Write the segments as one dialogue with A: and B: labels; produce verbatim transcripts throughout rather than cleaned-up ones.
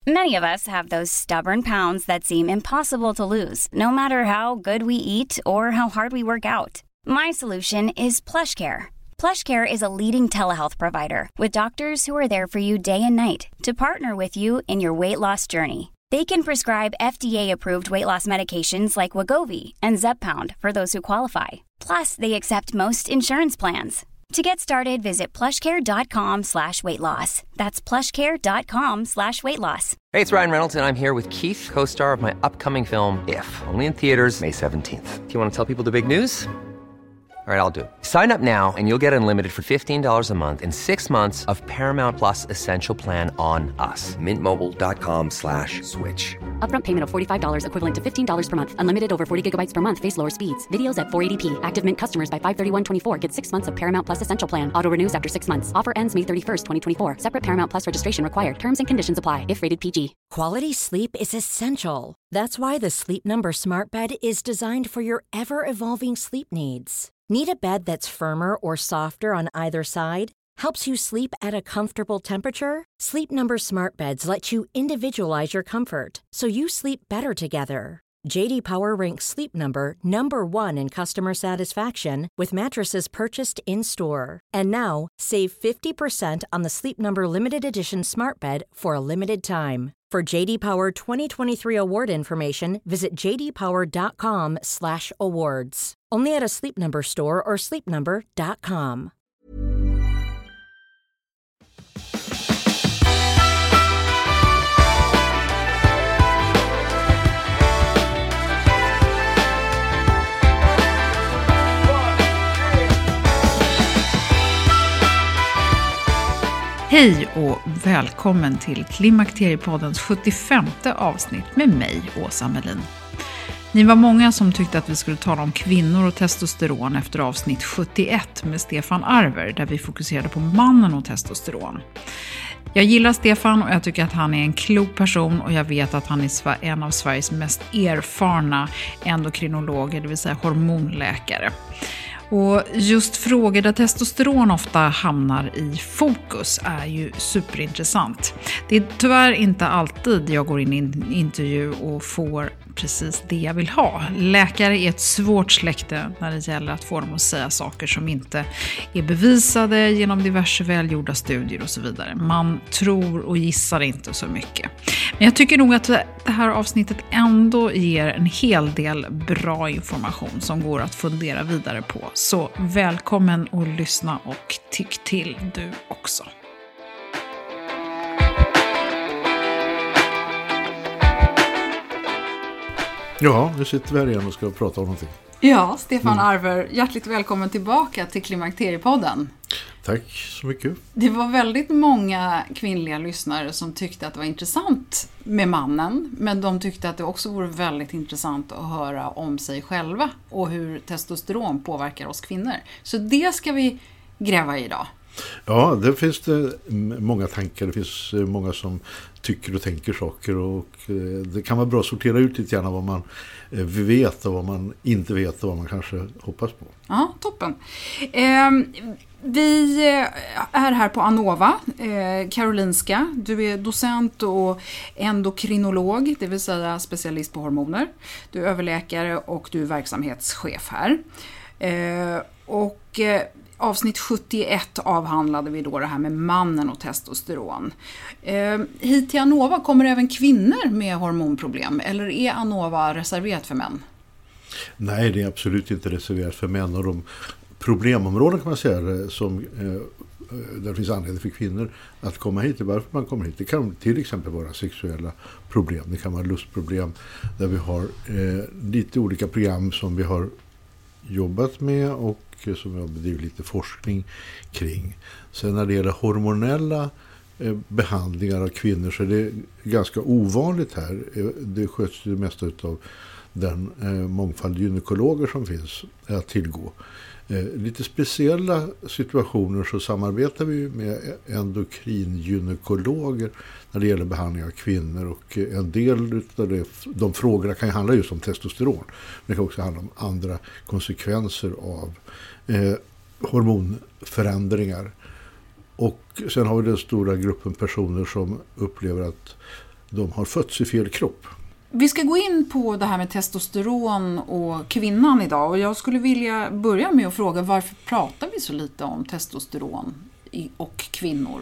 A: Many of us have those stubborn pounds that seem impossible to lose, no matter how good we eat or how hard we work out. My solution is PlushCare. PlushCare is a leading telehealth provider with doctors who are there for you day and night to partner with you in your weight loss journey. They can prescribe F D A-approved weight loss medications like Wegovy and Zepbound for those who qualify. Plus, they accept most insurance plans. To get started, visit plushcare.com slash weight loss. That's plushcare.com slash weight loss.
B: Hey, it's Ryan Reynolds, and I'm here with Keith, co-star of my upcoming film, If, only in theaters May seventeenth. Do you want to tell people the big news? All right, I'll do it. Sign up now and you'll get unlimited for fifteen dollars a month and six months of Paramount Plus Essential Plan on us. Mint Mobile dot com slash switch.
C: Upfront payment of forty-five dollars equivalent to fifteen dollars per month. Unlimited over forty gigabytes per month. Face lower speeds. Videos at four eighty p. Active Mint customers by five thirty-one twenty-four get six months of Paramount Plus Essential Plan. Auto renews after six months. Offer ends May thirty-first, twenty twenty-four. Separate Paramount Plus registration required. Terms and conditions apply if rated P G.
D: Quality sleep is essential. That's why the Sleep Number Smart Bed is designed for your ever-evolving sleep needs. Need a bed that's firmer or softer on either side? Helps you sleep at a comfortable temperature? Sleep Number Smart Beds let you individualize your comfort, so you sleep better together. J D Power ranks Sleep Number number one in customer satisfaction with mattresses purchased in-store. And now, save fifty percent on the Sleep Number Limited Edition Smart Bed for a limited time. For J D Power twenty twenty-three award information, visit j d power dot com slash awards. Only at a Sleep Number store or sleep number dot com.
E: Hej och välkommen till Klimakteriepoddens sjuttiofemte avsnitt med mig, Åsa Melin. Ni var många som tyckte att vi skulle tala om kvinnor och testosteron efter avsnitt sjuttioett med Stefan Arver, där vi fokuserade på mannen och testosteron. Jag gillar Stefan och jag tycker att han är en klok person, och jag vet att han är en av Sveriges mest erfarna endokrinologer, det vill säga hormonläkare. Och just frågor där testosteron ofta hamnar i fokus är ju superintressant. Det är tyvärr inte alltid jag går in i en intervju och får precis det jag vill ha. Läkare är ett svårt släkte när det gäller att få dem att säga saker som inte är bevisade genom diverse välgjorda studier och så vidare. Man tror och gissar inte så mycket. Men jag tycker nog att det här avsnittet ändå ger en hel del bra information som går att fundera vidare på. Så välkommen att lyssna och tyck till du också.
F: Ja, nu sitter vi här igen och ska prata om någonting.
E: Ja, Stefan Arver, hjärtligt välkommen tillbaka till Klimakteriepodden.
F: Tack så mycket.
E: Det var väldigt många kvinnliga lyssnare som tyckte att det var intressant med mannen, men de tyckte att det också vore väldigt intressant att höra om sig själva och hur testosteron påverkar oss kvinnor. Så det ska vi gräva i idag.
F: Ja, det finns det många tankar. Det finns många som tycker och tänker saker, och det kan vara bra att sortera ut lite grann vad man vet och vad man inte vet och vad man kanske hoppas på.
E: Ja, toppen. Eh, vi är här på Anova, eh, Karolinska. Du är docent och endokrinolog, det vill säga specialist på hormoner. Du är överläkare och du är verksamhetschef här. Eh, och... Eh, Avsnitt sjuttioett avhandlade vi då det här med mannen och testosteron. Eh, hit till Anova kommer även kvinnor med hormonproblem, eller är Anova reserverat för män?
F: Nej, det är absolut inte reserverat för män, och de problemområden kan man säga som eh, där det finns anledning för kvinnor att komma hit. Varför man kommer hit? Det kan till exempel vara sexuella problem, det kan vara lustproblem, där vi har eh, lite olika program som vi har jobbat med och som jag bedriver lite forskning kring. Sen när det gäller hormonella eh, behandlingar av kvinnor så är det ganska ovanligt här. Det sköts det mesta av den eh, mångfald gynekologer som finns att tillgå. Eh, lite speciella situationer så samarbetar vi med endokringynekologer när det gäller behandling av kvinnor, och en del av det, de frågorna kan ju handla just om testosteron, men det kan också handla om andra konsekvenser av eh, hormonförändringar. Och sen har vi den stora gruppen personer som upplever att de har fötts i fel kropp.
E: Vi ska gå in på det här med testosteron och kvinnan idag. Och jag skulle vilja börja med att fråga, varför pratar vi så lite om testosteron och kvinnor?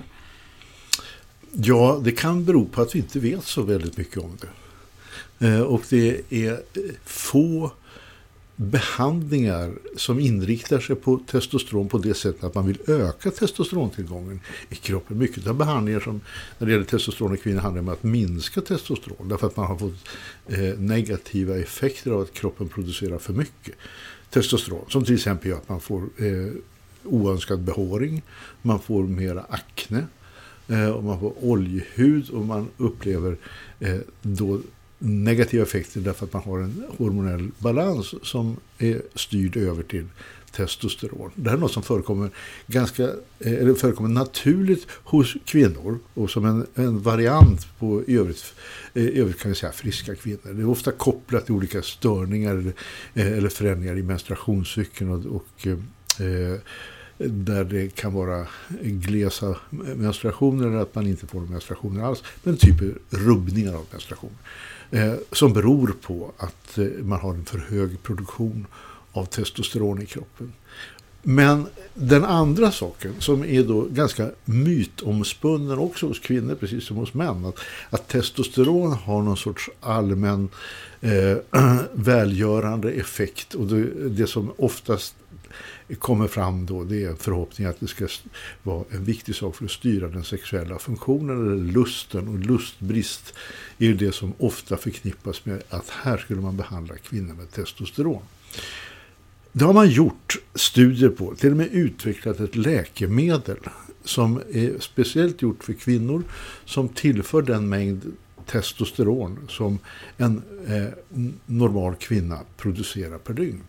F: Ja, det kan bero på att vi inte vet så väldigt mycket om det. Och det är få behandlingar som inriktar sig på testosteron på det sättet att man vill öka testosterontillgången i kroppen. Mycket av behandlingar som när det gäller testosteron i kvinnor handlar om att minska testosteron därför att man har fått eh, negativa effekter av att kroppen producerar för mycket testosteron, som till exempel gör att man får eh, oönskad behåring, man får mera akne eh, och man får oljehud och man upplever eh, då negativa effekter därför att man har en hormonell balans som är styrd över till testosteron. Det här är något som förekommer ganska eller förekommer naturligt hos kvinnor och som en, en variant på i övrigt, i övrigt kan vi säga friska kvinnor. Det är ofta kopplat till olika störningar eller, eller förändringar i menstruationscykeln och, och eh, där det kan vara glesa menstruationer eller att man inte får menstruationer alls, men typ rubbningar av menstruation. Eh, som beror på att eh, man har en för hög produktion av testosteron i kroppen. Men den andra saken som är då ganska mytomspunnen också hos kvinnor precis som hos män, att, att testosteron har någon sorts allmän eh, välgörande effekt och det, det som oftast kommer fram då, det är en förhoppning att det ska vara en viktig sak för att styra den sexuella funktionen eller lusten, och lustbrist är ju det som ofta förknippas med att här skulle man behandla kvinnor med testosteron. Det har man gjort studier på, till och med utvecklat ett läkemedel som är speciellt gjort för kvinnor som tillför den mängd testosteron som en eh, normal kvinna producerar per dygn.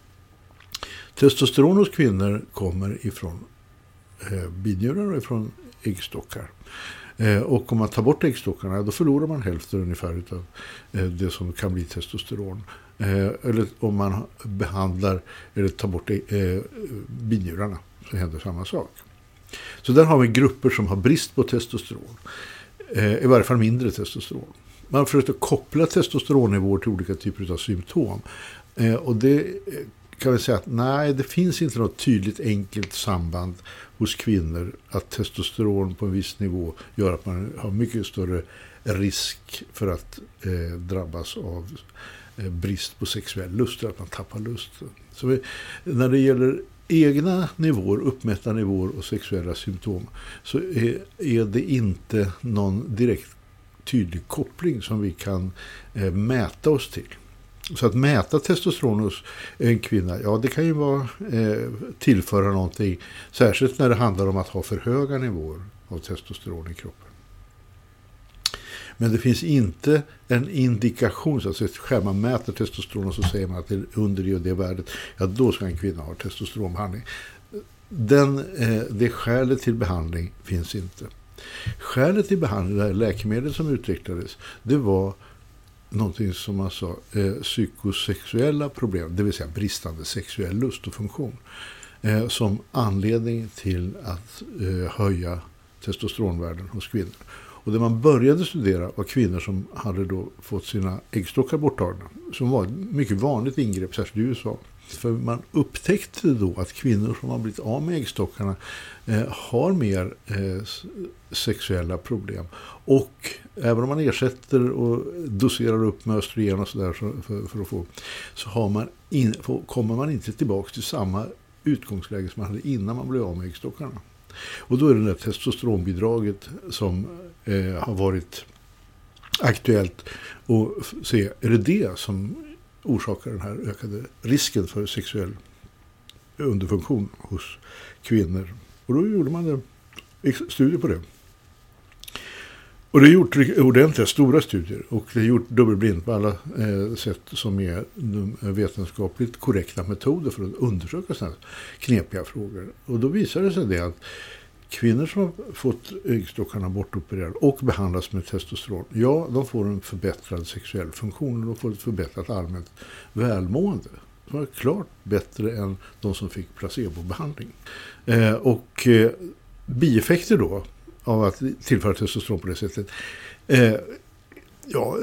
F: Testosteron hos kvinnor kommer ifrån eh, binjurar och ifrån äggstockar. Eh, och om man tar bort äggstockarna då förlorar man hälften ungefär av eh, det som kan bli testosteron. Eh, eller om man behandlar eller tar bort eh, binjurarna så händer samma sak. Så där har vi grupper som har brist på testosteron. Eh, I varje fall mindre testosteron. Man har försökt att koppla testosteronnivåer till olika typer av symptom. Eh, och det kan vi säga att nej, det finns inte något tydligt enkelt samband hos kvinnor att testosteron på en viss nivå gör att man har mycket större risk för att eh, drabbas av eh, brist på sexuell lust, att man tappar lusten. Så vi, när det gäller egna nivåer, uppmätta nivåer och sexuella symptom så är, är det inte någon direkt tydlig koppling som vi kan eh, mäta oss till. Så att mäta testosteron hos en kvinna, ja det kan ju vara eh, tillföra någonting, särskilt när det handlar om att ha för höga nivåer av testosteron i kroppen. Men det finns inte en indikation, så att skär man mäter testosteron och så säger man att det är under det och det värdet, ja då ska en kvinna ha testosteronbehandling. Den, eh, det skälet till behandling finns inte. Skälet till behandling, det här läkemedel som utvecklades, det var någonting som man sa eh, psykosexuella problem, det vill säga bristande sexuell lust och funktion, eh, som anledning till att eh, höja testosteronvärden hos kvinnor. Och det man började studera var kvinnor som hade då fått sina äggstockar borttagna, som var ett mycket vanligt ingrepp, särskilt i U S A. För man upptäckte då att kvinnor som har blivit av med äggstockarna eh, har mer eh, sexuella problem. Och även om man ersätter och doserar upp med östrogen och sådär för, för att få, så har man in, får, kommer man inte tillbaka till samma utgångsläge som man hade innan man blev av med äggstockarna. Och då är det där testosteronbidraget som eh, har varit aktuellt och se, är det det som orsakar den här ökade risken för sexuell underfunktion hos kvinnor. Och då gjorde man en studie på det. Och det är gjort ordentliga stora studier och det är gjort dubbelblind på alla eh, sätt som är vetenskapligt korrekta metoder för att undersöka sådana knepiga frågor. Och då visar det sig det att kvinnor som har fått äggstockarna bortopererade och behandlas med testosteron, ja, de får en förbättrad sexuell funktion och de får ett förbättrat allmänt välmående. Det var klart bättre än de som fick placebobehandling. Eh, och eh, bieffekter då av att tillföra testosteron på det sättet eh,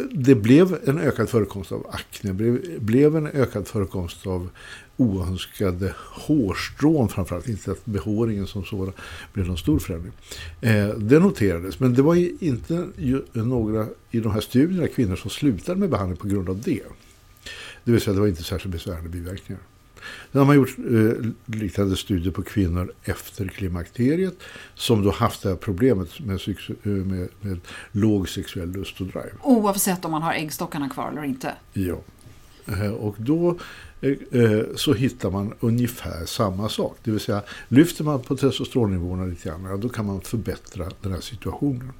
F: det blev en ökad förekomst av akne, blev, blev en ökad förekomst av oönskade hårstrån, framförallt inte att behåringen som sådan blev någon stor förändring. Eh, det noterades, men det var ju inte ju några i de här studierna kvinnor som slutade med behandling på grund av det. Det vill säga det var inte särskilt besvärande biverkningar. Sen har man gjort eh, liknande studier på kvinnor efter klimakteriet som då haft det här problemet med, med, med låg sexuell lust och drive.
E: Oavsett om man har äggstockarna kvar eller inte?
F: Ja. Eh, och då eh, så hittar man ungefär samma sak. Det vill säga, lyfter man på testosteronnivåerna lite grann, då kan man förbättra den här situationen.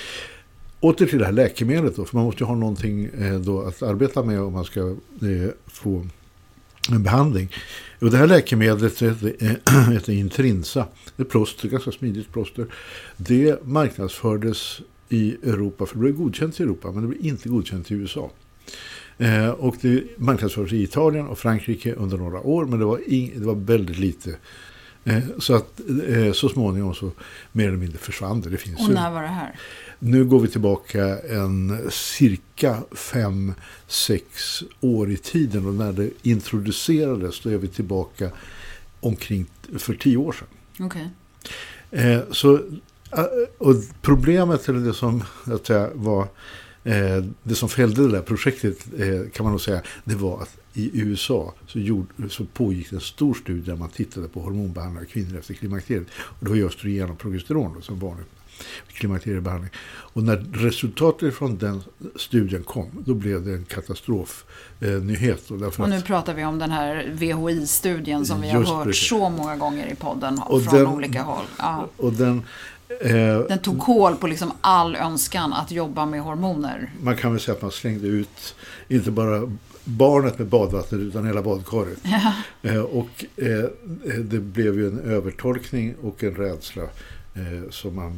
F: Åter till det här läkemedlet då, för man måste ju ha någonting eh, då att arbeta med om man ska eh, få en behandling. Och det här läkemedlet heter, heter Intrinsa. Det är plåster, ganska smidigt plåster. Det marknadsfördes i Europa, för det blev godkänt i Europa, men det blev inte godkänt i U S A. Eh, och det marknadsfördes i Italien och Frankrike under några år, men det var, ing, det var väldigt lite. Eh, så att eh, så småningom så mer eller mindre försvann det. Det finns
E: och när var det här?
F: Nu går vi tillbaka en cirka fem, sex år i tiden, och när det introducerades då är vi tillbaka omkring för tio år sedan.
E: Okej.
F: Okay. Eh, så och problemet, eller det som att säga, var eh, det som fällde det där projektet eh, kan man nog säga, det var att i U S A så, gjorde, så pågick en stor studie där man tittade på hormonbehandlade kvinnor efter klimakteriet, och det var just östrogen och progesteron då, som vanligt klimakteriebehandling. Och när resultatet från den studien kom, då blev det en katastrofnyhet. Eh, och,
E: och nu pratar vi om den här V H I-studien som vi har hört precis. så många gånger i podden och från den, olika håll. Ja.
F: Och den, eh,
E: den tog kål på liksom all önskan att jobba med hormoner.
F: Man kan väl säga att man slängde ut inte bara barnet med badvatten utan hela badkaret.
E: Ja.
F: Eh, och eh, det blev ju en övertolkning och en rädsla eh, som man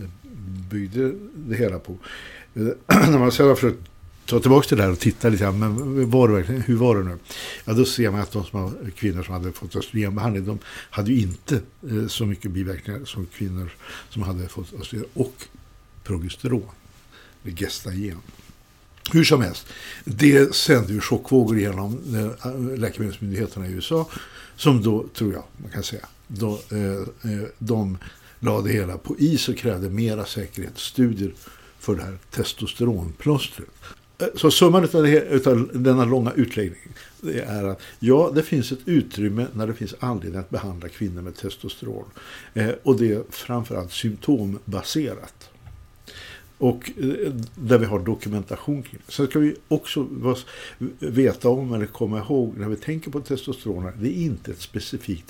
F: byggde det hela på. När man sedan försökt ta tillbaka till det här och titta lite grann, men var det verkligen, hur var det nu? Ja, då ser man att de som har, kvinnor som hade fått östrogenbehandling, de hade ju inte eh, så mycket biverkningar som kvinnor som hade fått östrogen och progesteron, eller gestagen. Hur som helst, det sände ju chockvågor genom eh, läkemedelsmyndigheterna i U S A, som då, tror jag man kan säga, då, eh, de lade det hela på is och krävde mera säkerhetsstudier för det här testosteronplåstret. Så summan av, det här, utav denna långa utläggning, det är att ja, det finns ett utrymme när det finns anledning att behandla kvinnor med testosteron. Eh, och det är framförallt symptombaserat. Och eh, där vi har dokumentation kring det. Så ska vi också veta om eller komma ihåg när vi tänker på testosteron, det är inte ett specifikt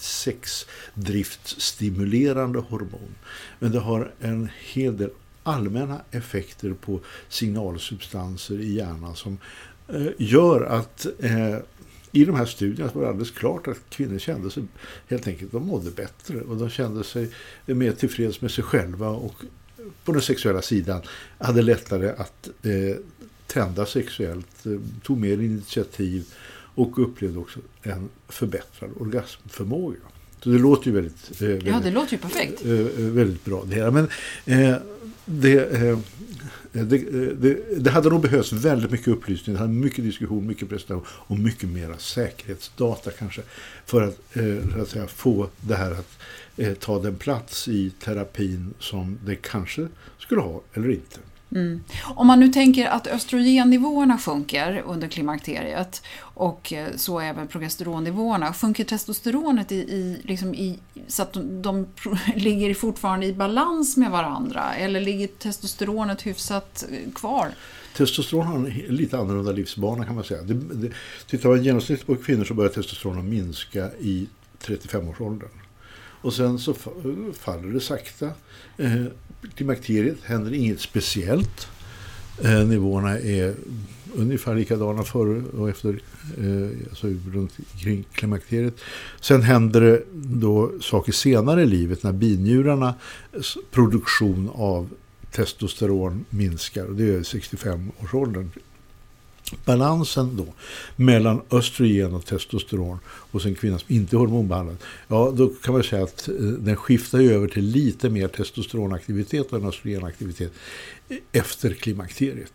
F: sexdriftsstimulerande hormon. Men det har en hel del allmänna effekter på signalsubstanser i hjärnan som eh, gör att eh, i de här studierna var det alldeles klart att kvinnor kände sig helt enkelt, de mådde bättre och de kände sig mer tillfreds med sig själva och på den sexuella sidan hade lättare att eh, tända sexuellt, eh, tog mer initiativ och upplevde också en förbättrad orgasmförmåga. Så det låter ju väldigt... Eh, väldigt
E: ja, det låter ju perfekt.
F: Eh, väldigt bra det här. Men eh, det, eh, det, det, det hade nog behövts väldigt mycket upplysning, det hade mycket diskussion, mycket presentation och mycket mera säkerhetsdata kanske för att, eh, för att säga, få det här att eh, ta den plats i terapin som det kanske skulle ha eller inte.
E: Mm. Om man nu tänker att östrogennivåerna sjunker under klimakteriet och så även progesteronnivåerna, sjunker testosteronet i, i, liksom i, så att de, de ligger fortfarande i balans med varandra, eller ligger testosteronet hyfsat kvar?
F: Testosteron har en lite annorlunda livsbana kan man säga. Det, det, tittar man genomsnittligt på kvinnor så börjar testosteron minska i trettiofem-årsåldern. Och sen så faller det sakta. Eh, klimakteriet händer inget speciellt. Eh, nivåerna är ungefär likadana före och efter, eh, alltså runt kring klimakteriet. Sen händer det då saker senare i livet när binjurarnas produktion av testosteron minskar. Och det är sextiofem-årsåldern. Balansen då mellan östrogen och testosteron hos en kvinna som inte är hormonbehandlad, ja då kan man säga att den skiftar över till lite mer testosteronaktivitet och en östrogenaktivitet efter klimakteriet.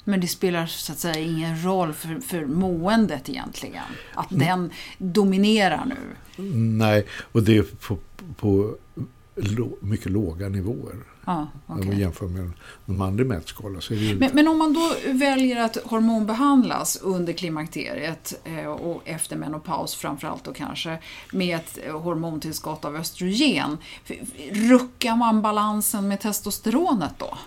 E: Men det spelar så att säga ingen roll för, för måendet egentligen. Att mm. den dominerar nu.
F: Nej, och det är på, på lo, mycket låga nivåer.
E: Ja, okay.
F: Om vi jämför med en manlig mätskala. Så är det
E: men, men om man då väljer att hormonbehandlas under klimakteriet eh, och efter menopaus framförallt då kanske med ett hormontillskott av östrogen, ruckar man balansen med testosteronet då?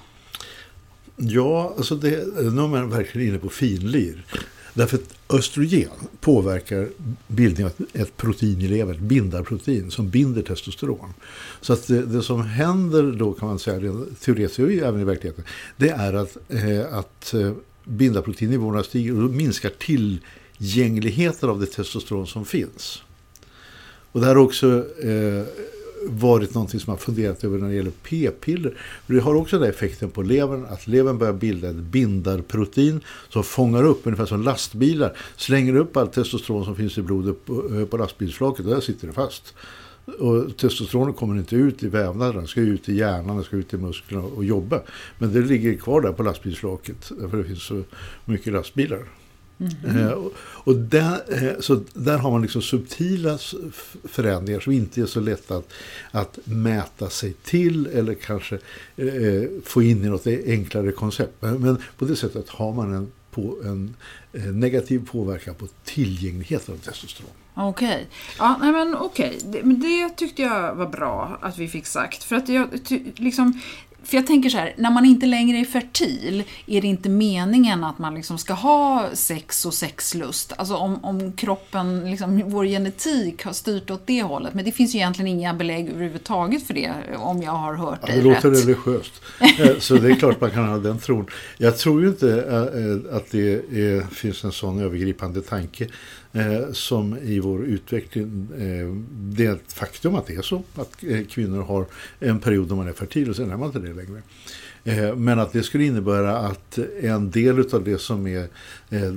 F: Ja, alltså det, nu är man verkligen inne på finlir. Därför att östrogen påverkar bildningen av ett protein i levern, ett bindarprotein som binder testosteron. Så att det, det som händer då kan man säga, teoretiskt och även i verkligheten, det är att, eh, att bindarproteinnivåerna stiger och minskar tillgängligheten av det testosteron som finns. Och det här har också eh, varit någonting som man funderat över när det gäller p-piller. Det har också den effekten på levern, att levern börjar bilda ett bindarprotein som fångar upp, ungefär som lastbilar, slänger upp allt testosteron som finns i blodet på, på lastbilsflaket, och där sitter det fast. Och testosteronet kommer inte ut i vävnaderna, ska ut i hjärnan, ska ut i musklerna och jobba. Men det ligger kvar där på lastbilsflaket, för det finns så mycket lastbilar. Mm-hmm. Eh, och, och där, eh, så där har man liksom subtila förändringar som inte är så lätt att, att mäta sig till eller kanske eh, få in i något enklare koncept. Men, men på det sättet har man en, på, en eh, negativ påverkan på tillgängligheten av testosteron.
E: Okej. Okay. Ja, nej men okej. Okay. Det, men det tyckte jag var bra att vi fick sagt. För att jag ty, liksom... För jag tänker så här, när man inte längre är fertil är det inte meningen att man liksom ska ha sex och sexlust. Alltså om, om kroppen, liksom, vår genetik har styrt åt det hållet. Men det finns ju egentligen inga belägg överhuvudtaget för det, om jag har hört
F: ja,
E: det
F: det
E: rätt.
F: låter religiöst. Så det är klart man kan ha den tron. Jag tror ju inte att det är, finns en sån övergripande tanke Eh, som i vår utveckling, eh, det är ett faktum att det är så, att eh, kvinnor har en period då man är fertil och sen är man inte det längre. Eh, men att det skulle innebära att en del av det som är eh,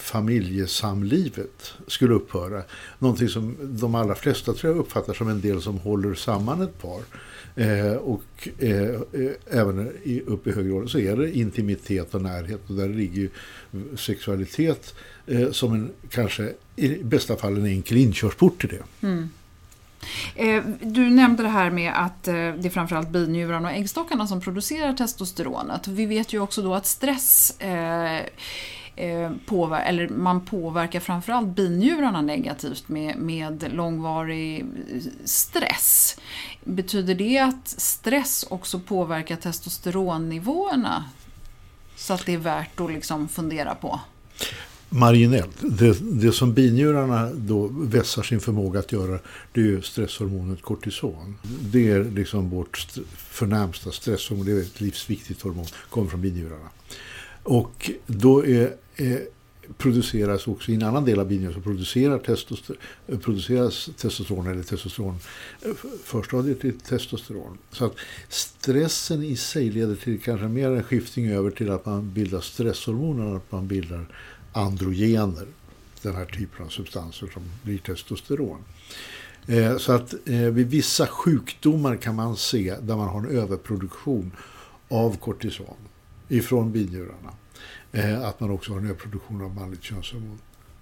F: familjesamlivet skulle upphöra. Någonting som de allra flesta tror jag uppfattar som en del som håller samman ett par. Eh, och eh, eh, även i, upp i högre ålder så är det intimitet och närhet, och där ligger ju sexualitet eh, som en, kanske i bästa fall en enkel inkörsport till det. Mm.
E: Eh, du nämnde det här med att eh, det är framförallt binjurarna och äggstockarna som producerar testosteronet. Vi vet ju också då att stress eh, Påver- eller man påverkar framförallt binjurarna negativt med, med långvarig stress. Betyder det att stress också påverkar testosteronnivåerna så att det är värt att liksom fundera på?
F: Marginellt. Det, det som binjurarna då vässar sin förmåga att göra, det är ju stresshormonet kortison. Det är liksom vårt st- förnämsta stresshormon, det är ett livsviktigt hormon, kommer från binjurarna. Och då är, är, produceras också i en annan del av binjuren så producerar testoster, produceras testosteron eller testosteron förstadiet till testosteron. Så att stressen i sig leder till kanske mer en skiftning över till att man bildar stresshormoner än att man bildar androgener, den här typen av substanser som blir testosteron. Eh, så att eh, vid vissa sjukdomar kan man se där man har en överproduktion av kortison ifrån binjurarna. Eh, att man också har en överproduktion av manligt könshormon.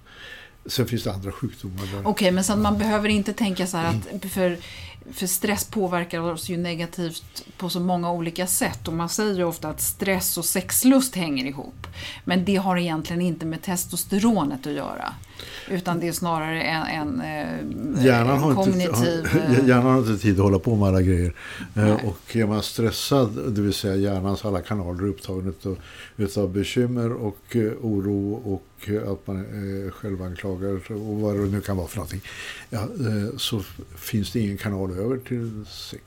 F: Sen finns det andra sjukdomar. Okej,
E: okay, men så att man behöver inte tänka så här att för, för stress påverkar oss ju negativt på så många olika sätt. Och man säger ju ofta att stress och sexlust hänger ihop. Men det har egentligen inte med testosteronet att göra. Utan det är snarare en, en,
F: hjärnan
E: en
F: kognitiv...
E: Inte,
F: har, hjärnan har inte tid att hålla på med alla grejer. Nej. Och är man stressad, det vill säga hjärnans alla kanaler är upptagna utav, utav bekymmer och oro och att man är självanklagad och vad det nu kan vara för någonting. Ja, så finns det ingen kanal över till sex.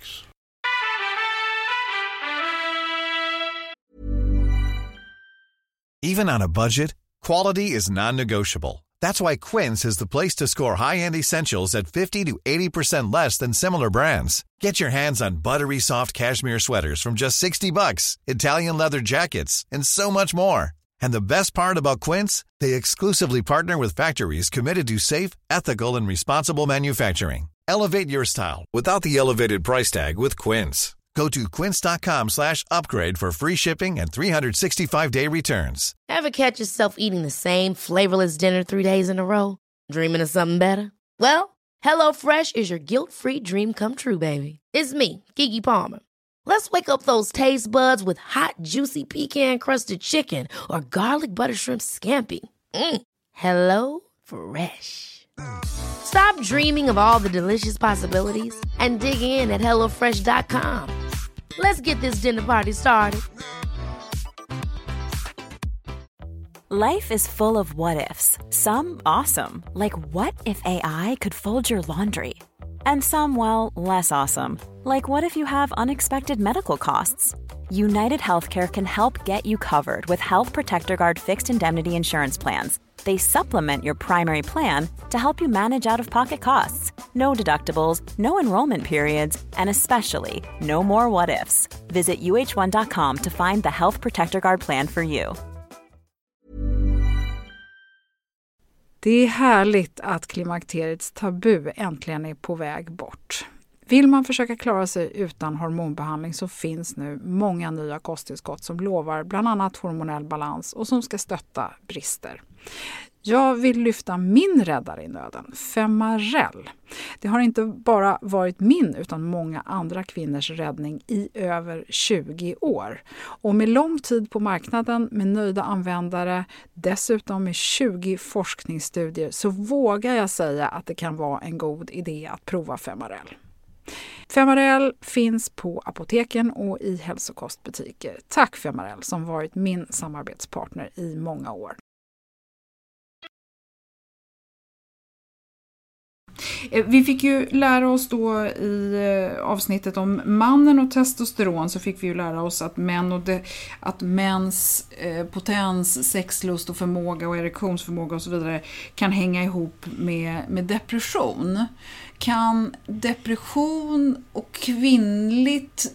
G: Even on a budget, quality is non-negotiable. That's why Quince is the place to score high-end essentials at fifty to eighty percent less than similar brands. Get your hands on buttery soft cashmere sweaters from just sixty bucks, Italian leather jackets, and so much more. And the best part about Quince, they exclusively partner with factories committed to safe, ethical, and responsible manufacturing. Elevate your style without the elevated price tag with Quince. Go to quince.com slash upgrade for free shipping and three sixty-five day returns.
H: Ever catch yourself eating the same flavorless dinner three days in a row? Dreaming of something better? Well, HelloFresh is your guilt-free dream come true, baby. It's me, Keke Palmer. Let's wake up those taste buds with hot, juicy pecan-crusted chicken or garlic butter shrimp scampi. Mm. Hello Fresh. Stop dreaming of all the delicious possibilities and dig in at hello fresh dot com. Let's get this dinner party started.
I: Life is full of what-ifs. Some awesome, like what if A I could fold your laundry? And some, well, less awesome, like what if you have unexpected medical costs? United Healthcare can help get you covered with Health Protector Guard fixed indemnity insurance plans. They supplement your primary plan to help you manage out-of-pocket costs. No deductibles, no enrollment periods, and especially no more what-ifs. Visit U H one dot com to find the Health Protector Guard plan for you.
E: Det är härligt att klimakteriets tabu äntligen är på väg bort. Vill man försöka klara sig utan hormonbehandling så finns nu många nya kosttillskott som lovar bland annat hormonell balans och som ska stötta brister. Jag vill lyfta min räddare i nöden, Femarel. Det har inte bara varit min utan många andra kvinnors räddning i över tjugo år. Och med lång tid på marknaden, med nöjda användare, dessutom med tjugo forskningsstudier så vågar jag säga att det kan vara en god idé att prova Femarel. Femarel finns på apoteken och i hälsokostbutiker. Tack Femarel som varit min samarbetspartner i många år. Vi fick ju lära oss då i avsnittet om mannen och testosteron så fick vi ju lära oss att män och de, att mäns eh, potens, sexlust och förmåga och erektionsförmåga och så vidare kan hänga ihop med, med depression. Kan depression och kvinnligt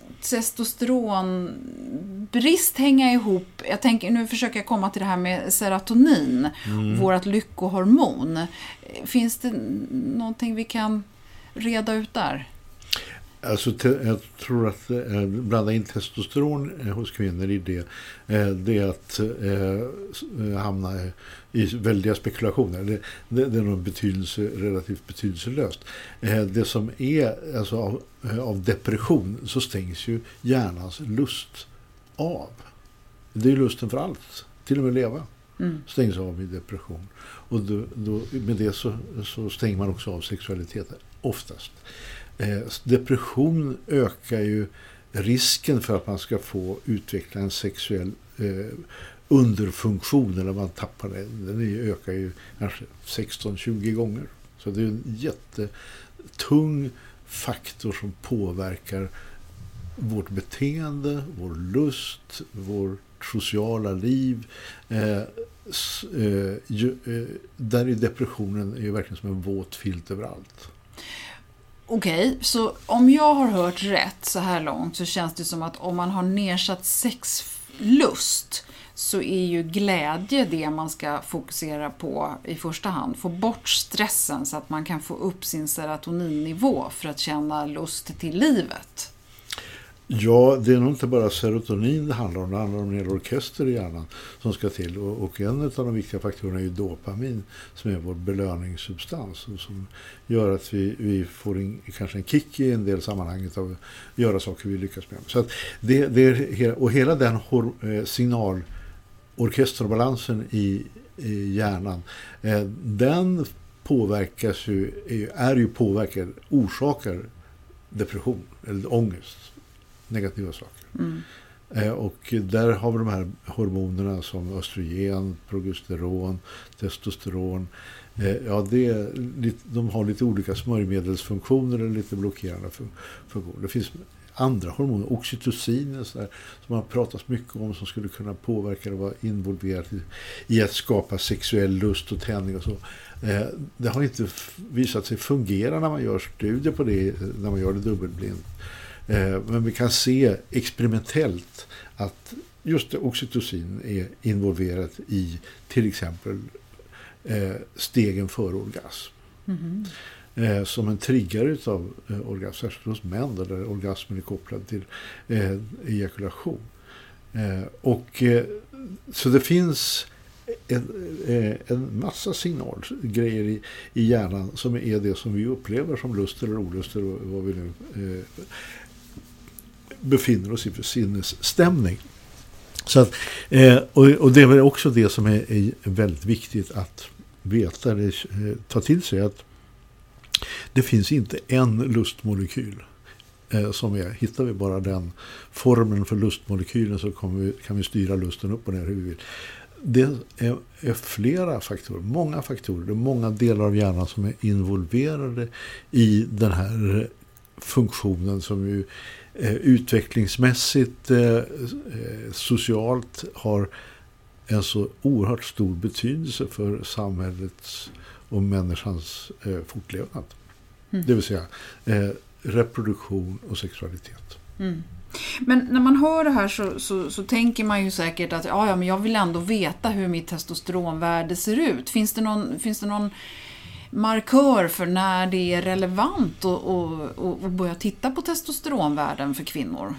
E: testosteronbrist hänga ihop? Jag tänker, nu försöker jag komma till det här med serotonin, mm. vårt lyckohormon. Finns det någonting vi kan reda ut där?
F: Alltså, te- jag tror att eh, blanda in testosteron eh, hos kvinnor i det, eh, det är att eh, hamna i väldiga spekulationer. Det, det, det är nog betydelse, relativt betydelselöst. Eh, det som är alltså, av, av depression så stängs ju hjärnans lust av. Det är lusten för allt, till och med leva. Mm. Stängs av i depression. Och då, då, med det så, så stänger man också av sexualiteten, oftast. Eh, depression ökar ju risken för att man ska få utveckla en sexuell eh, underfunktion eller man tappar den. Den ökar ju kanske sexton tjugo gånger. Så det är en jättetung faktor som påverkar vårt beteende, vår lust, vår sociala liv. Eh, s, eh, ju, eh, där är depressionen är ju verkligen som en våt filt överallt.
E: Okej, okay, så om jag har hört rätt så här långt så känns det som att om man har nedsatt sexlust så är ju glädje det man ska fokusera på i första hand. Få bort stressen så att man kan få upp sin serotoninnivå för att känna lust till livet.
F: Ja, det är nog inte bara serotonin det handlar om. Det handlar om en hel orkester i hjärnan som ska till. Och, och en av de viktiga faktorerna är ju dopamin som är vår belöningssubstans. Och som gör att vi, vi får en, kanske en kick i en del sammanhang av att göra saker vi lyckas med. Så att det, det är, och hela den hor, eh, signalorkesterbalansen i, i hjärnan, eh, den påverkas ju, är, är ju påverkad, orsakar depression eller ångest. Negativa saker. Mm. Eh, och där har vi de här hormonerna som östrogen, progesteron, testosteron. Eh, ja, det är lite, de har lite olika smörjmedelsfunktioner eller lite blockerande funktioner. Det finns andra hormoner, oxytocin så där, som man pratat mycket om som skulle kunna påverka och vara involverat i, i att skapa sexuell lust och tändning och så. Eh, det har inte visat sig fungera när man gör studier på det, när man gör det dubbelblint. Men vi kan se experimentellt att just oxytocin är involverat i till exempel stegen för orgasm. Mm-hmm. eh, som en triggare utav eh, orgasm, särskilt hos män där orgasmen är kopplad till eh, ejakulation. Eh, och eh, så det finns en, eh, en massa signalgrejer i, i hjärnan som är det som vi upplever som lust eller olust eller vad vi nu eh, befinner oss i för sinnesstämning. Så att, eh, och, och det är väl också det som är, är väldigt viktigt att veta eller eh, ta till sig, att det finns inte en lustmolekyl eh, som är, hittar vi bara den formeln för lustmolekylen så kommer vi, kan vi styra lusten upp och ner hur vi vill. Det är, är flera faktorer, många faktorer, det är många delar av hjärnan som är involverade i den här funktionen som ju eh, utvecklingsmässigt, eh, socialt har en så oerhört stor betydelse för samhällets och människans eh, fortlevnad. Mm. Det vill säga eh, reproduktion och sexualitet.
E: Mm. Men när man hör det här så, så, så tänker man ju säkert att ja, ja, men jag vill ändå veta hur mitt testosteronvärde ser ut. Finns det någon, finns det någon markör för när det är relevant att och, och, och börja titta på testosteronvärden för kvinnor?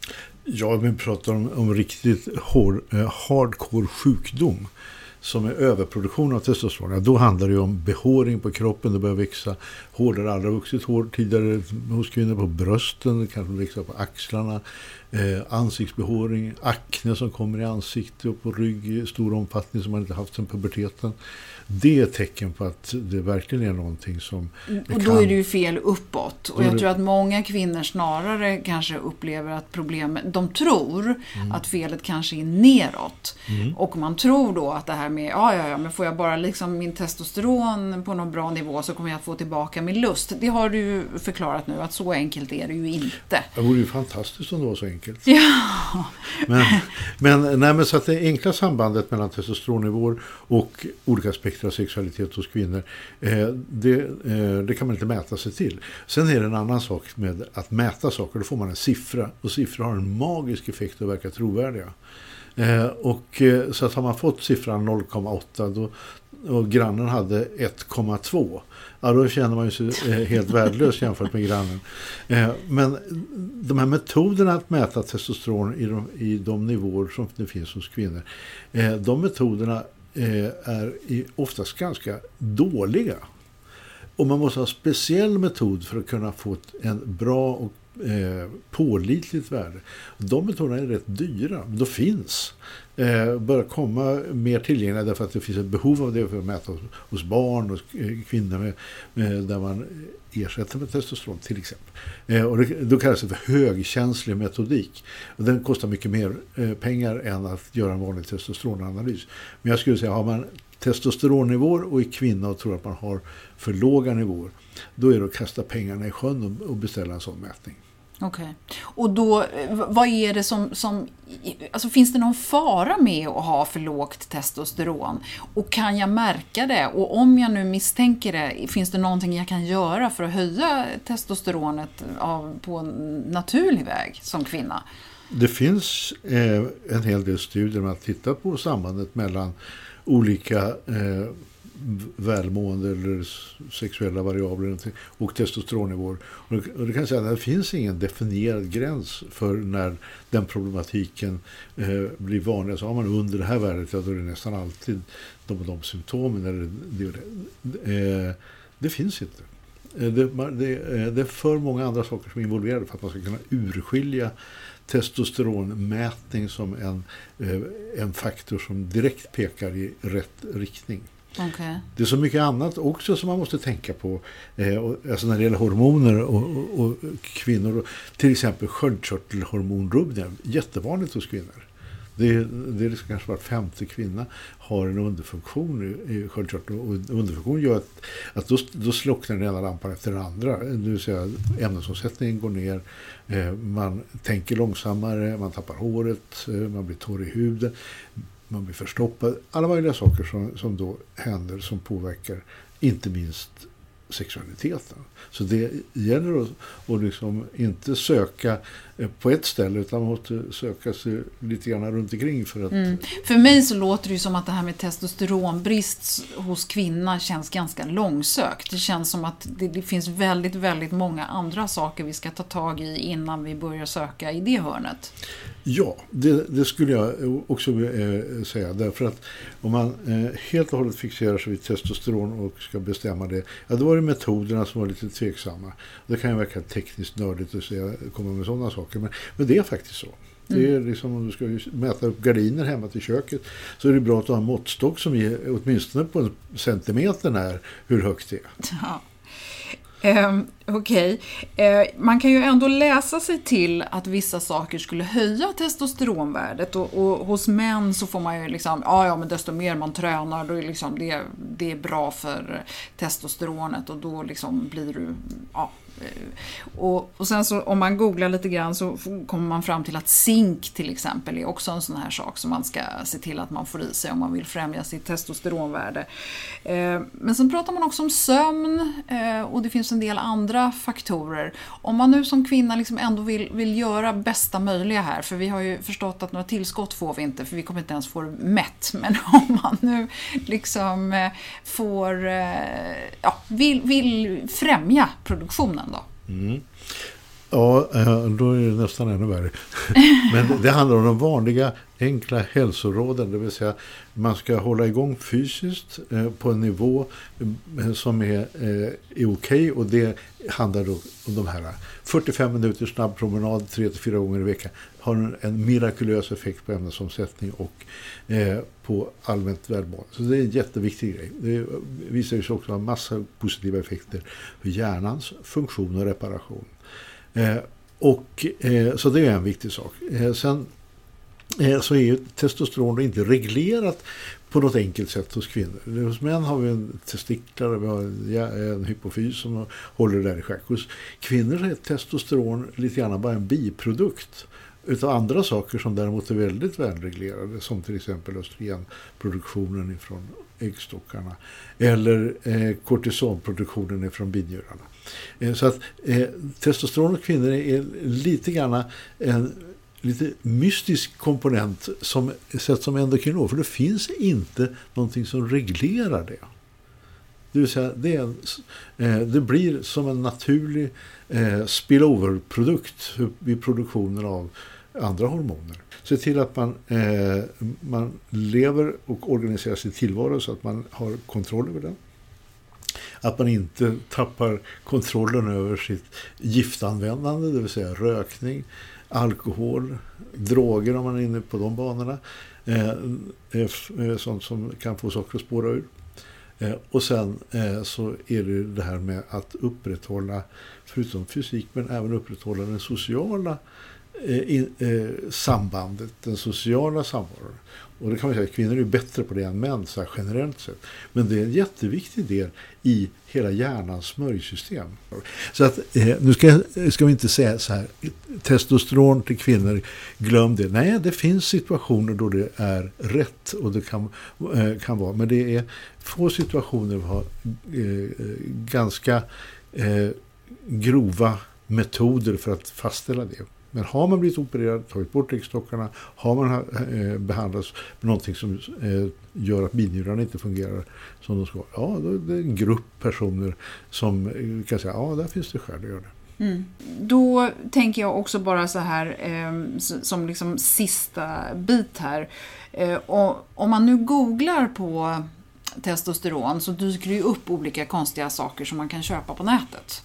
F: Ja, vi pratar om, om riktigt hard, eh, hardcore sjukdom som är överproduktion av testosteron. Ja, då handlar det om behåring på kroppen, det börjar växa hårdare, aldrig vuxit hår tidigare hos kvinnor på brösten, det kan växa på axlarna, eh, ansiktsbehåring, akne som kommer i ansikte och på rygg i stor omfattning som man inte haft sedan puberteten. Det är tecken på att det verkligen är någonting som...
E: Och då kan... är det ju fel uppåt. Och jag det... tror att många kvinnor snarare kanske upplever att problemet... De tror mm. att felet kanske är neråt. Mm. Och man tror då att det här med... Ja, ja, ja, men får jag bara liksom min testosteron på någon bra nivå så kommer jag att få tillbaka min lust. Det har du ju förklarat nu, att så enkelt är det ju inte.
F: Det vore ju fantastiskt om det var så enkelt.
E: Ja.
F: Men, men, nej, men så att det enkla sambandet mellan testosteronnivåer och olika aspekter av sexualitet hos kvinnor, eh, det, eh, det kan man inte mäta sig till. Sen är det en annan sak med att mäta saker, då får man en siffra, och siffror har en magisk effekt och verkar trovärdiga. Eh, och eh, så att har man fått siffran noll komma åtta då, och grannen hade ett komma två, ja, då känner man ju sig eh, helt värdelös jämfört med grannen. Eh, men de här metoderna att mäta testosteron i de, i de nivåer som det finns hos kvinnor, eh, de metoderna är oftast ganska dåliga. Och man måste ha en speciell metod för att kunna få en bra och eh, pålitligt värde. De metoderna är rätt dyra, men de finns. Eh, börjar komma mer tillgängliga därför att det finns ett behov av det för att mäta hos, hos barn och kvinnor med, med, där man ersätter med testosteron till exempel. Eh, och det, då kallas det för högkänslig metodik. Och den kostar mycket mer eh, pengar än att göra en vanlig testosteronanalys. Men jag skulle säga, har man testosteronnivåer och i kvinnor och tror att man har för låga nivåer, då är det att kasta pengarna i sjön och, och beställa en sån mätning.
E: Okej. Okay. Och då, vad är det som, som... Alltså finns det någon fara med att ha för lågt testosteron? Och kan jag märka det? Och om jag nu misstänker det, finns det någonting jag kan göra för att höja testosteronet av, på naturlig väg som kvinna?
F: Det finns eh, en hel del studier med att titta på sambandet mellan olika eh, välmående eller sexuella variabler och testosteronnivåer. Och det kan säga att det finns ingen definierad gräns för när den problematiken eh, blir vanlig. Så har man under det här värdet, ja, då är det nästan alltid de och de symptomen. Eller det, det, eh, det finns inte. Det, det, det är för många andra saker som är involverade för att man ska kunna urskilja testosteronmätning som en, en faktor som direkt pekar i rätt riktning.
E: Okay.
F: Det är så mycket annat också som man måste tänka på, eh, och, alltså när det gäller hormoner och, och, och kvinnor, till exempel sköldkörtelhormonrubbningar, jättevanligt hos kvinnor. Det är, det är liksom kanske var femte kvinna har en underfunktion i, i sköldkörteln, och underfunktion gör att, att då, då slocknar den ena lampan efter den andra, det vill säga ämnesomsättningen går ner, eh, man tänker långsammare, man tappar håret, eh, man blir torr i huden, man blir förstoppad, alla möjliga saker som, som då händer som påverkar inte minst sexualiteten. Så det gäller att, att liksom inte söka på ett ställe, utan man måste söka sig lite grann runt omkring för att...
E: Mm. För mig så låter det ju som att det här med testosteronbrist hos kvinnor känns ganska långsökt. Det känns som att det, det finns väldigt, väldigt många andra saker vi ska ta tag i innan vi börjar söka i det hörnet.
F: Ja, det, det skulle jag också eh, säga. Därför att om man eh, helt och hållet fixerar sig vid testosteron och ska bestämma det, ja, då var det metoderna som var lite tveksamma. Det kan ju verka tekniskt nördigt att säga, komma med sådana saker, men, men det är faktiskt så. Det är liksom, om du ska mäta upp gardiner hemma till köket, så är det bra att ha en måttstock som ger åtminstone på en centimeter när hur högt det är.
E: Ja. Um, Okej, okay. uh, man kan ju ändå läsa sig till att vissa saker skulle höja testosteronvärdet, och, och hos män så får man ju liksom, ja, ja men desto mer man tränar, då är liksom det, det är bra för testosteronet, och då liksom blir du, ja. Och, och sen så om man googlar lite grann så kommer man fram till att zink till exempel är också en sån här sak som man ska se till att man får i sig om man vill främja sitt testosteronvärde. Eh, men sen pratar man också om sömn, eh, och det finns en del andra faktorer. Om man nu som kvinna liksom ändå vill, vill göra bästa möjliga här, för vi har ju förstått att några tillskott får vi inte, för vi kommer inte ens få det mätt. Men om man nu liksom eh, får eh, ja, vill, vill främja produktionen då.
F: Mm. Ja, då är det nästan ännu värre. Men det handlar om de vanliga enkla hälsoråden, det vill säga man ska hålla igång fysiskt på en nivå som är, är okej, okay, och det handlar då om de här fyrtiofem minuter snabb promenad tre till fyra gånger i veckan har en, en mirakulös effekt på ämnesomsättning och eh, på allmänt välmående. Så det är en jätteviktig grej. Det visar sig också ha massa positiva effekter för hjärnans funktion och reparation. Eh, och eh, så det är en viktig sak. Eh, sen eh, så är ju testosteron inte reglerat på något enkelt sätt hos kvinnor. Hos män har vi en testiklar, vi har en, en hypofys som håller det där i schack. Hos kvinnor är testosteron lite grann bara en biprodukt utav andra saker som däremot är väldigt välreglerade, som till exempel östrogenproduktionen ifrån äggstockarna eller eh, kortisonproduktionen ifrån binjurarna. Eh, så att eh, testosteron och kvinnor är lite grann en lite mystisk komponent som sett som endokrinolog, för det finns inte någonting som reglerar det. Det vill säga, det, är en, eh, det blir som en naturlig eh, spillover-produkt vid produktionen av andra hormoner. Se till att man, eh, man lever och organiserar sin tillvaro så att man har kontroll över den. Att man inte tappar kontrollen över sitt giftanvändande, det vill säga rökning, alkohol, droger om man är inne på de banorna. Eh, eh, sånt som kan få saker att spåra ur. Eh, och sen eh, så är det det här med att upprätthålla, förutom fysik, men även upprätthålla den sociala eh, in, eh, sambandet, den sociala samvaron. Och det kan man säga att kvinnor är bättre på det än män så här generellt sett. Men det är en jätteviktig del i hela hjärnans smörjsystem. Så att, eh, nu ska, ska vi inte säga så här, testosteron till kvinnor, glöm det. Nej, det finns situationer då det är rätt och det kan, eh, kan vara. Men det är få situationer vi har eh, ganska eh, grova metoder för att fastställa det. Men har man blivit opererad, tagit bort äggstockarna, har man eh, behandlats med någonting som eh, gör att binjurarna inte fungerar som de ska, ja, då är det en grupp personer som eh, kan säga, ja, där finns det skäl att göra det.
E: Mm. Då tänker jag också bara så här, eh, som liksom sista bit här. Eh, och om man nu googlar på testosteron så dyker det ju upp olika konstiga saker som man kan köpa på nätet.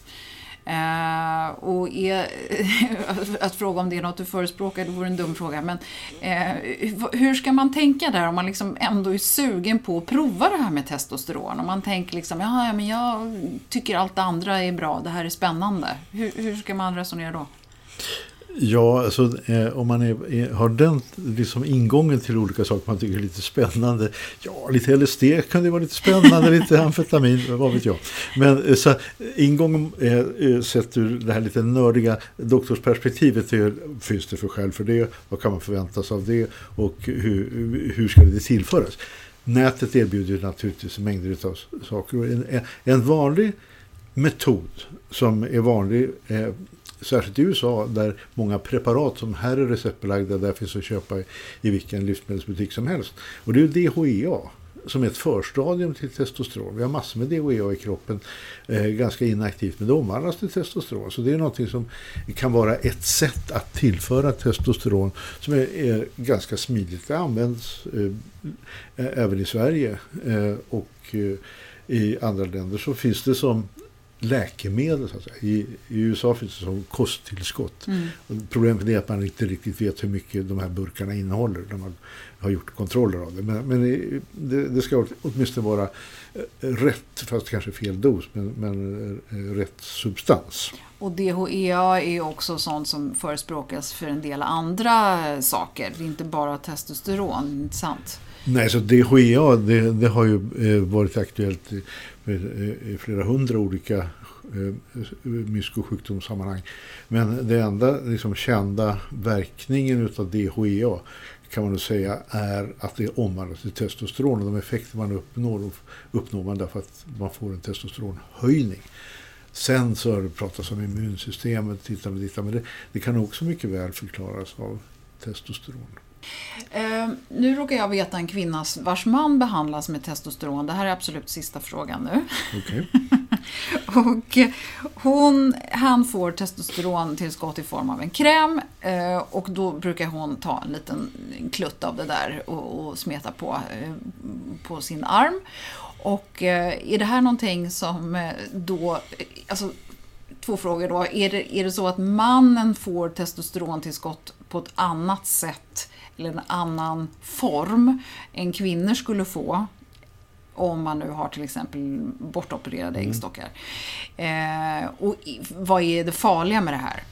E: Uh, och är, att fråga om det är något du förespråkar, det vore en dum fråga, men uh, hur ska man tänka där om man liksom ändå är sugen på att prova det här med testosteron, om man tänker liksom, ja, men jag tycker allt det andra är bra, det här är spännande, hur, hur ska man resonera då?
F: Ja, alltså, eh, om man är, är, har den liksom ingången till olika saker man tycker är lite spännande. Ja, lite L S D kan det vara lite spännande, lite amfetamin, vad vet jag. Men eh, så ingången eh, sett ur det här lite nördiga doktorsperspektivet är, finns det för själv för det, vad kan man förväntas av det och hur, hur ska det tillföras. Nätet erbjuder naturligtvis mängder av saker. En, en vanlig metod som är vanlig, eh, särskilt i U S A, där många preparat som här är receptbelagda, där finns att köpa i, i vilken livsmedelsbutik som helst. Och det är D H E A som är ett förstadium till testosteron. Vi har massor med D H E A i kroppen, eh, ganska inaktivt, men det omvandlas till testosteron. Så det är någonting som kan vara ett sätt att tillföra testosteron som är, är ganska smidigt. Det används eh, även i Sverige eh, och eh, i andra länder så finns det som läkemedel så att säga. I, I U S A finns det som kosttillskott. Mm. Och problemet är att man inte riktigt vet hur mycket de här burkarna innehåller när man har gjort kontroller av det. Men, men det, det ska åtminstone vara rätt, fast kanske fel dos, men, men rätt substans.
E: Och D H E A är också sånt som förespråkas för en del andra saker. Det är inte bara testosteron, inte sant?
F: Nej, så D H E A det, det har ju eh, varit aktuellt i, i flera hundra olika eh, myskosjukdomssammanhang. Men det enda liksom, kända verkningen av D H E A kan man nog säga är att det omvandlas till testosteron. Och de effekter man uppnår, uppnår man därför att man får en testosteronhöjning. Sen så har det pratats om immunsystemet, titta med titta, men det, det kan också mycket väl förklaras av testosteron.
E: Uh, nu råkar jag veta en kvinna vars man behandlas med testosteron. Det här är absolut sista frågan nu.
F: Okay.
E: och hon, han får testosterontillskott i form av en kräm uh, och då brukar hon ta en liten klutt av det där och, och smeta på, uh, på sin arm. Och uh, är det här någonting som uh, då... Alltså, två frågor då. Är det, är det så att mannen får testosterontillskott på ett annat sätt eller en annan form än kvinnor skulle få om man nu har till exempel bortopererade mm. äggstockar? Eh, och vad är det farliga med det här?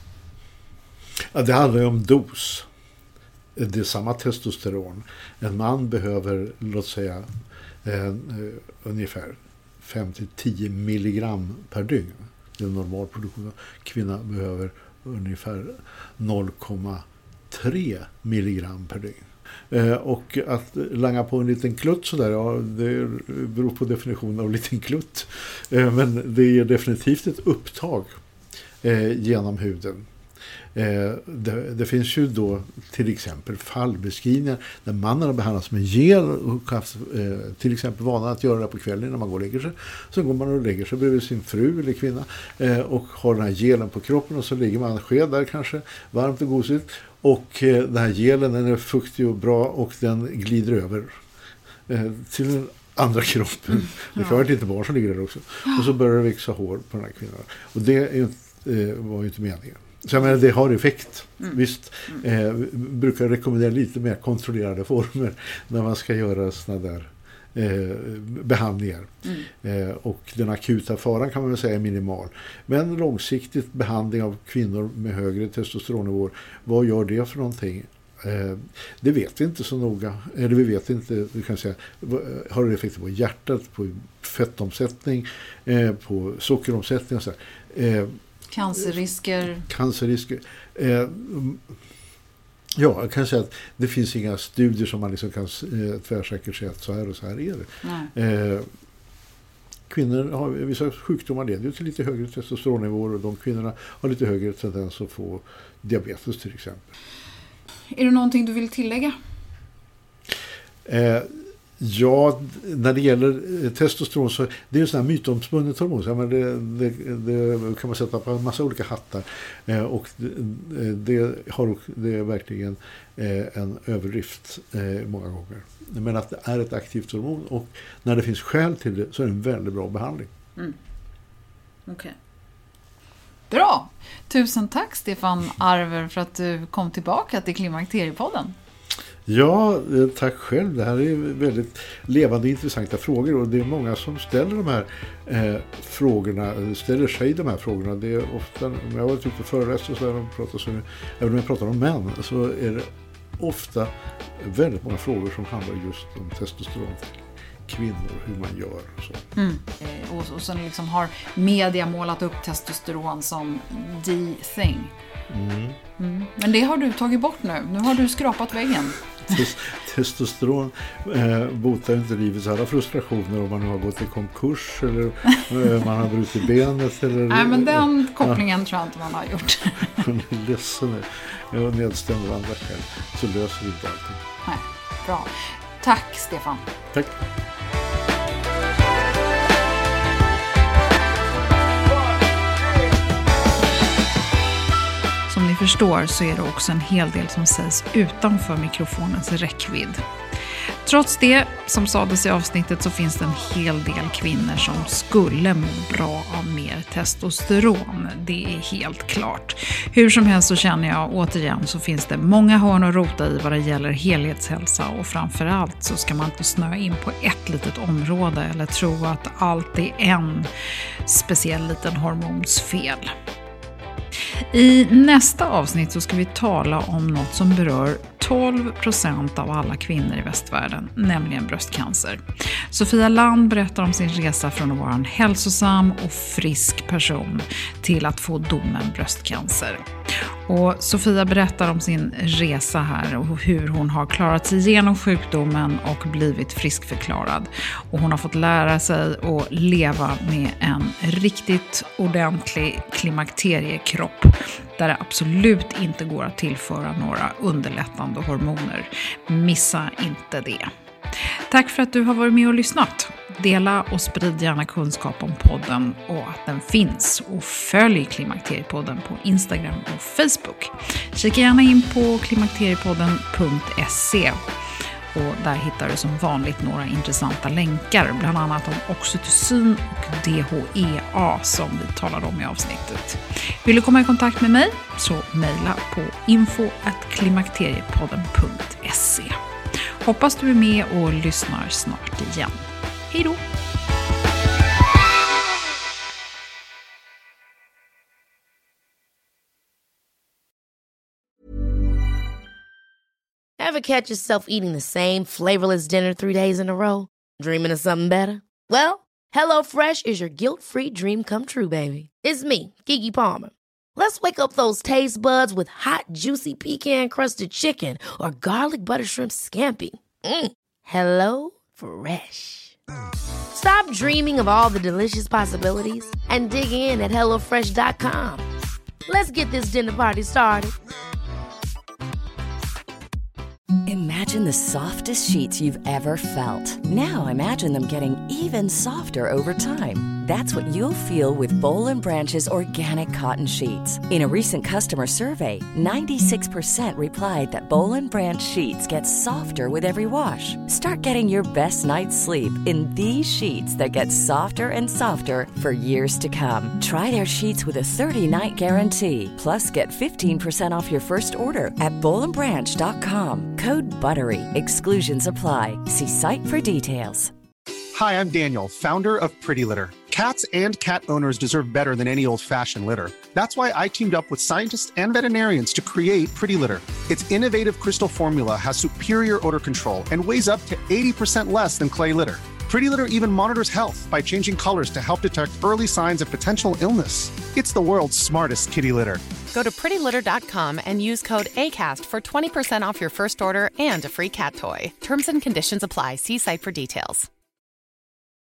F: Ja, det handlar ju om dos. Det är samma testosteron. En man behöver, låt säga, eh, ungefär fem till tio milligram per dygn. Det är en normal produktion. Kvinnan behöver ungefär noll komma tre milligram per dygn. Eh, och att langa på en liten klutt sådär, ja, det beror på definitionen av liten klutt. Eh, men det är definitivt ett upptag eh, genom huden. Eh, det, det finns ju då till exempel fallbeskrivningar där mannen har behandlats med gel och haft eh, till exempel vanan att göra det på kvällen när man går och lägger sig. Så går man och lägger sig bredvid sin fru eller kvinna eh, och har den här gelen på kroppen och så ligger man sked där kanske, varmt och gosigt. Och eh, den här gelen den är fuktig och bra och den glider över eh, till den andra kroppen. Mm. Det kan vara lite barn som ligger där också. Och så börjar det växa hår på den här kvinnan. Och det är ju, eh, var ju inte meningen. Så jag menar, det har effekt. Mm. Visst, eh, brukar rekommendera lite mer kontrollerade former när man ska göra såna där eh, behandlingar. Mm. Eh, och den akuta faran kan man väl säga är minimal. Men långsiktigt behandling av kvinnor med högre testosteronnivåer, vad gör det för någonting? Eh, det vet vi inte så noga. Eller vi vet inte, vi kan säga, har det effekter på hjärtat, på fettomsättning, eh, på sockeromsättning och så där. Eh,
E: Cancerrisker.
F: Cancerrisker. Eh, ja, jag kan säga att det finns inga studier som man liksom kan eh, tvärsäkert säga att så här och så här är det. Eh, kvinnor har vissa sjukdomar leder ju till lite högre testosteronnivåer och de kvinnorna har lite högre tendens att få diabetes till exempel.
E: Är det någonting du vill tillägga?
F: Eh, Ja, när det gäller testosteron så det är ju sån här mytomspunnet hormon. Så det, det, det kan man sätta på en massa olika hattar. Eh, och det, det, har, det är verkligen eh, en överdrift eh, många gånger. Men att det är ett aktivt hormon och när det finns skäl till det så är det en väldigt bra behandling.
E: Mm. Okej. Okay. Bra! Tusen tack Stefan Arver för att du kom tillbaka till Klimakteriepodden.
F: Ja, tack själv. Det här är väldigt levande och intressanta frågor och det är många som ställer de här eh, frågorna, ställer sig de här frågorna. Det är ofta, om jag har varit ute och föreläst och så där, pratar så, även om jag pratar om män, så är det ofta väldigt många frågor som handlar just om testosteron. Kvinnor, hur man gör och så.
E: Mm. Och, och sen liksom har media målat upp testosteron som the thing. Mm. Mm. Men det har du tagit bort nu. Nu har du skrapat väggen.
F: Tes- testosteron eh, botar inte livets alla frustrationer om man nu har gått i konkurs eller eh, man har brutit benet. Eller,
E: Nej, men den kopplingen ja. tror jag inte man har gjort.
F: Man är ledsen och nedstämd av andra själv, så löser vi inte allting.
E: Nej, bra. Tack Stefan.
F: Tack.
E: Som ni förstår så är det också en hel del som sägs utanför mikrofonens räckvidd. Trots det, som sades i avsnittet, så finns det en hel del kvinnor som skulle må bra av mer testosteron. Det är helt klart. Hur som helst så känner jag återigen så finns det många hörn att rota i vad det gäller helhetshälsa, och framförallt så ska man inte snöa in på ett litet område eller tro att allt är en speciell liten hormonsfel. I nästa avsnitt så ska vi tala om något som berör tolv procent av alla kvinnor i västvärlden, nämligen bröstcancer. Sofia Land berättar om sin resa från att vara en hälsosam och frisk person till att få domen bröstcancer. Och Sofia berättar om sin resa här och hur hon har klarat sig igenom sjukdomen och blivit friskförklarad. Och hon har fått lära sig att leva med en riktigt ordentlig klimakteriekropp där det absolut inte går att tillföra några underlättande hormoner. Missa inte det. Tack för att du har varit med och lyssnat. Dela och sprid gärna kunskap om podden och att den finns. Och följ Klimakteriepodden på Instagram och Facebook. Kika gärna in på klimakteriepodden punkt se. Och där hittar du som vanligt några intressanta länkar. Bland annat om oxytocin och D H E A som vi talade om i avsnittet. Vill du komma i kontakt med mig så mejla på info at klimakteriepodden punkt se. Hoppas du är med och lyssnar snart igen. Hej då!
H: Ever catch yourself eating the same flavorless dinner three days in a row? Dreaming of something better? Well, HelloFresh is your guilt-free dream come true, baby. It's me, Keke Palmer. Let's wake up those taste buds with hot, juicy pecan-crusted chicken or garlic butter shrimp scampi. Mm. Hello Fresh. Stop dreaming of all the delicious possibilities and dig in at hello fresh dot com. Let's get this dinner party started.
J: Imagine the softest sheets you've ever felt. Now imagine them getting even softer over time. That's what you'll feel with Boll and Branch's organic cotton sheets. In a recent customer survey, ninety-six percent replied that Boll and Branch sheets get softer with every wash. Start getting your best night's sleep in these sheets that get softer and softer for years to come. Try their sheets with a thirty-night guarantee. Plus, get fifteen percent off your first order at boll and branch dot com. Code BUTTERY. Exclusions apply. See site for details.
K: Hi, I'm Daniel, founder of Pretty Litter. Cats and cat owners deserve better than any old-fashioned litter. That's why I teamed up with scientists and veterinarians to create Pretty Litter. Its innovative crystal formula has superior odor control and weighs up to eighty percent less than clay litter. Pretty Litter even monitors health by changing colors to help detect early signs of potential illness. It's the world's smartest kitty litter.
L: Go to pretty litter dot com and use code ACAST for twenty percent off your first order and a free cat toy. Terms and conditions apply. See site for details.